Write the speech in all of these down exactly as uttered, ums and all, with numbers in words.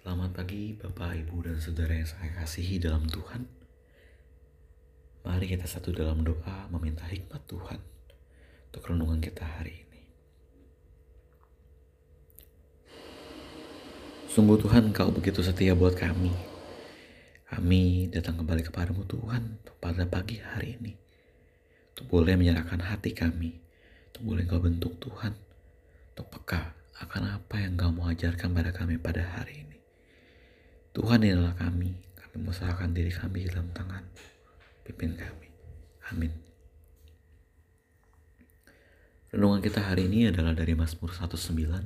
Selamat pagi Bapak, Ibu, dan Saudara yang saya kasihi dalam Tuhan. Mari kita satu dalam doa meminta hikmat Tuhan untuk renungan kita hari ini. Sungguh Tuhan, Engkau begitu setia buat kami. Kami datang kembali kepadamu Tuhan pada pagi hari ini, untuk boleh menyerahkan hati kami, untuk boleh Engkau bentuk Tuhan, untuk peka akan apa yang Engkau mau ajarkan pada kami pada hari ini. Tuhan, inilah kami, kami mau serahkan diri kami dalam tangan. Pimpin kami. Amin. Renungan kita hari ini adalah dari Mazmur seratus sembilan,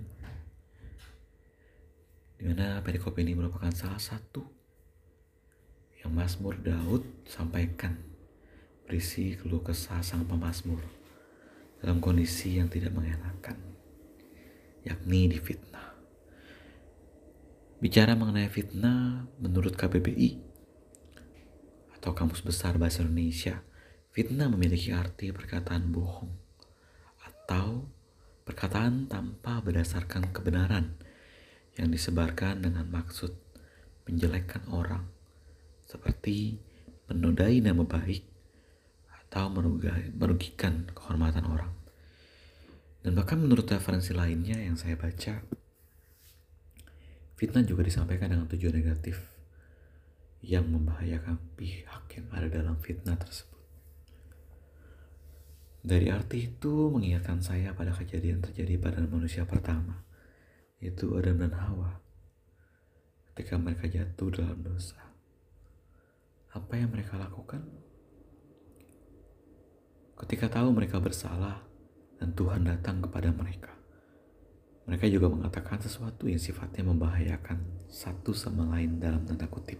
di mana perikop ini merupakan salah satu yang Mazmur Daud sampaikan berisi keluh kesah sang pemazmur dalam kondisi yang tidak mengenakan, yakni difitnah. Bicara mengenai fitnah, menurut K B B I atau Kamus Besar Bahasa Indonesia, fitnah memiliki arti perkataan bohong atau perkataan tanpa berdasarkan kebenaran yang disebarkan dengan maksud menjelekkan orang, seperti menodai nama baik atau merugikan kehormatan orang. Dan bahkan menurut referensi lainnya yang saya baca, fitnah juga disampaikan dengan tujuan negatif yang membahayakan pihak yang ada dalam fitnah tersebut. Dari arti itu mengingatkan saya pada kejadian terjadi pada manusia pertama, yaitu Adam dan Hawa, ketika mereka jatuh dalam dosa. Apa yang mereka lakukan? Ketika tahu mereka bersalah dan Tuhan datang kepada mereka, mereka juga mengatakan sesuatu yang sifatnya membahayakan satu sama lain dalam tanda kutip.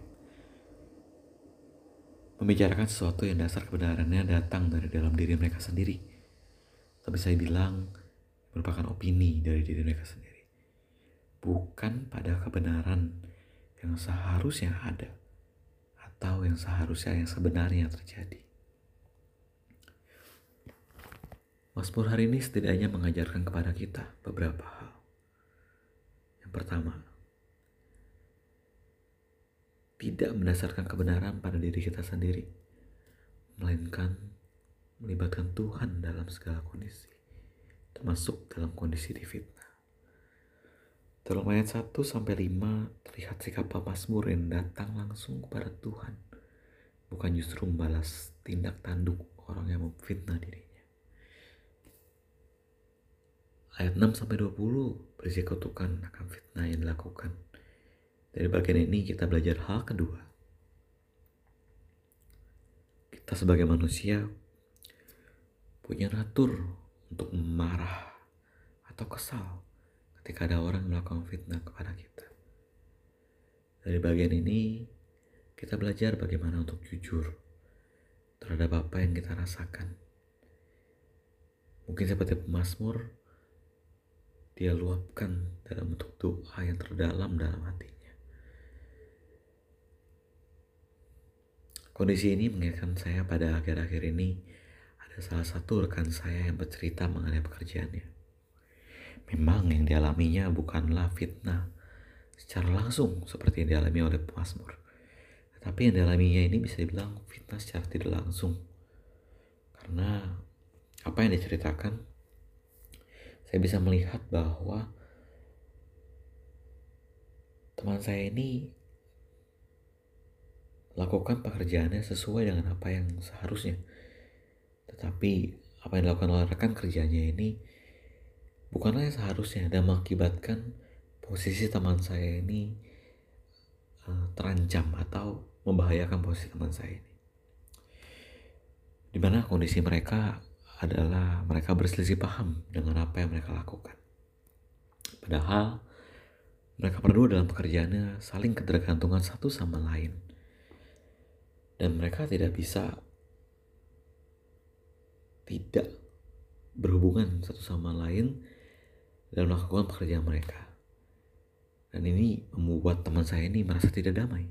Membicarakan sesuatu yang dasar kebenarannya datang dari dalam diri mereka sendiri. Tapi saya bilang merupakan opini dari diri mereka sendiri, bukan pada kebenaran yang seharusnya ada atau yang seharusnya yang sebenarnya terjadi. Mazmur hari ini setidaknya mengajarkan kepada kita beberapa hal. Yang pertama, tidak berdasarkan kebenaran pada diri kita sendiri, melainkan melibatkan Tuhan dalam segala kondisi, termasuk dalam kondisi difitnah. Dalam ayat satu sampai lima terlihat sikap pemazmur yang datang langsung kepada Tuhan, bukan justru membalas tindak tanduk orang yang memfitnah dirinya. Ayat enam sampai dua puluh berisi kutukan akan fitnah yang dilakukan. Dari bagian ini kita belajar hal kedua. Kita sebagai manusia punya natur untuk marah atau kesal ketika ada orang melakukan fitnah kepada kita. Dari bagian ini kita belajar bagaimana untuk jujur terhadap apa yang kita rasakan. Mungkin seperti pemazmur, dia luapkan dalam bentuk doa yang terdalam dalam hatinya. Kondisi ini mengingatkan saya pada akhir-akhir ini ada salah satu rekan saya yang bercerita mengenai pekerjaannya. Memang yang dialaminya bukanlah fitnah secara langsung seperti yang dialami oleh pemazmur, tetapi yang dialaminya ini bisa dibilang fitnah secara tidak langsung. Karena apa yang diceritakan, saya bisa melihat bahwa teman saya ini lakukan pekerjaannya sesuai dengan apa yang seharusnya. Tetapi apa yang dilakukan oleh rekan kerjanya ini bukanlah yang seharusnya dan mengakibatkan posisi teman saya ini uh, terancam atau membahayakan posisi teman saya ini. Dimana kondisi mereka adalah mereka berselisih paham dengan apa yang mereka lakukan. Padahal mereka berdua dalam pekerjaannya saling ketergantungan satu sama lain. Dan mereka tidak bisa tidak berhubungan satu sama lain dalam melakukan pekerjaan mereka. Dan ini membuat teman saya ini merasa tidak damai.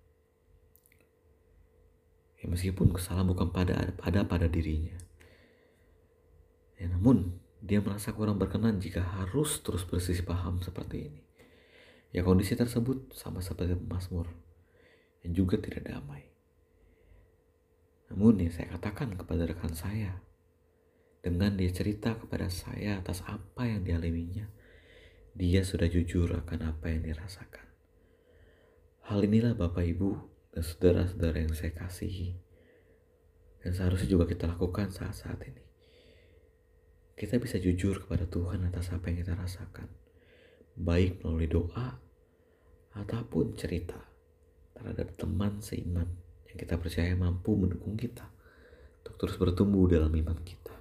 Ya, meskipun kesalahan bukan pada pada pada dirinya. Ya, namun dia merasa kurang berkenan jika harus terus berselisih paham seperti ini. Ya kondisi tersebut sama seperti pemazmur yang juga tidak damai. Namun ya saya katakan kepada rekan saya, dengan dia cerita kepada saya atas apa yang dialaminya, dia sudah jujur akan apa yang dirasakan. Hal inilah Bapak Ibu dan saudara-saudara yang saya kasihi, dan seharusnya juga kita lakukan saat-saat ini. Kita bisa jujur kepada Tuhan atas apa yang kita rasakan, baik melalui doa ataupun cerita terhadap teman seiman yang kita percaya mampu mendukung kita untuk terus bertumbuh dalam iman kita.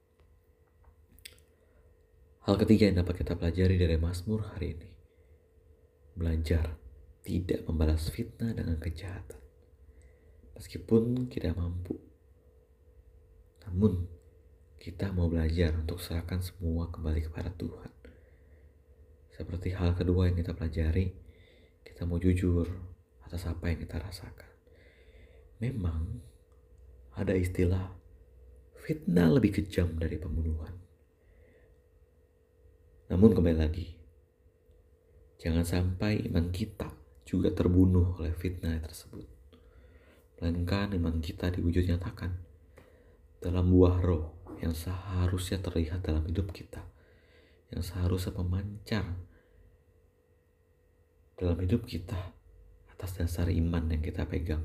Hal ketiga yang dapat kita pelajari dari Mazmur hari ini, belajar tidak membalas fitnah dengan kejahatan. Meskipun kita mampu, namun kita mau belajar untuk serahkan semua kembali kepada Tuhan. Seperti hal kedua yang kita pelajari, kita mau jujur atas apa yang kita rasakan. Memang ada istilah fitnah lebih kejam dari pembunuhan. Namun kembali lagi, jangan sampai iman kita juga terbunuh oleh fitnah tersebut. Melainkan iman kita diwujud nyatakan dalam buah roh yang seharusnya terlihat dalam hidup kita, yang seharusnya memancar dalam hidup kita atas dasar iman yang kita pegang.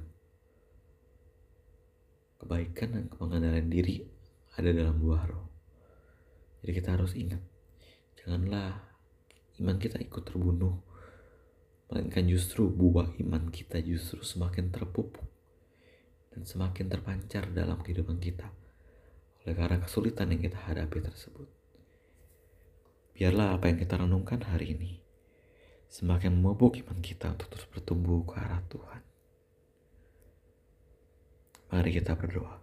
Kebaikan dan pengendalian diri ada dalam buah roh. Jadi kita harus ingat, janganlah iman kita ikut terbunuh, melainkan justru buah iman kita justru semakin terpupuk dan semakin terpancar dalam kehidupan kita oleh karena kesulitan yang kita hadapi tersebut. Biarlah apa yang kita renungkan hari ini semakin memupuk iman kita untuk terus bertumbuh ke arah Tuhan. Mari kita berdoa.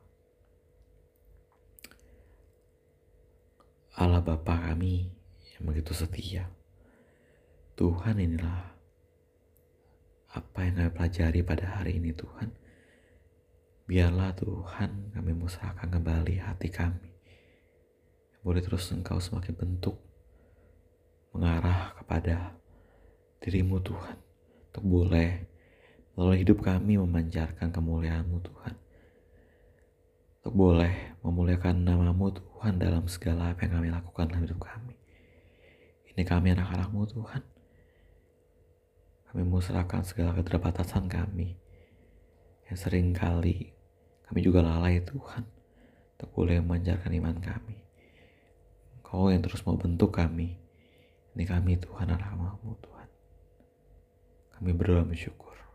Allah Bapa kami yang begitu setia, Tuhan, inilah apa yang kami pelajari pada hari ini Tuhan. Biarlah Tuhan kami musrahkan kembali hati kami, boleh terus Engkau semakin bentuk mengarah kepada diri-Mu Tuhan, untuk boleh melalui hidup kami memancarkan kemuliaan-Mu Tuhan, untuk boleh memuliakan nama-Mu Tuhan dalam segala apa yang kami lakukan dalam hidup kami. Ini kami anak-anak-Mu Tuhan, kami musrahkan segala keterbatasan kami yang sering kali kami juga lalai Tuhan, untuk boleh memancarkan iman kami. Engkau yang terus mau bentuk kami. Ini kami Tuhan, anak-anak-Mu Tuhan. Kami berdoa bersyukur.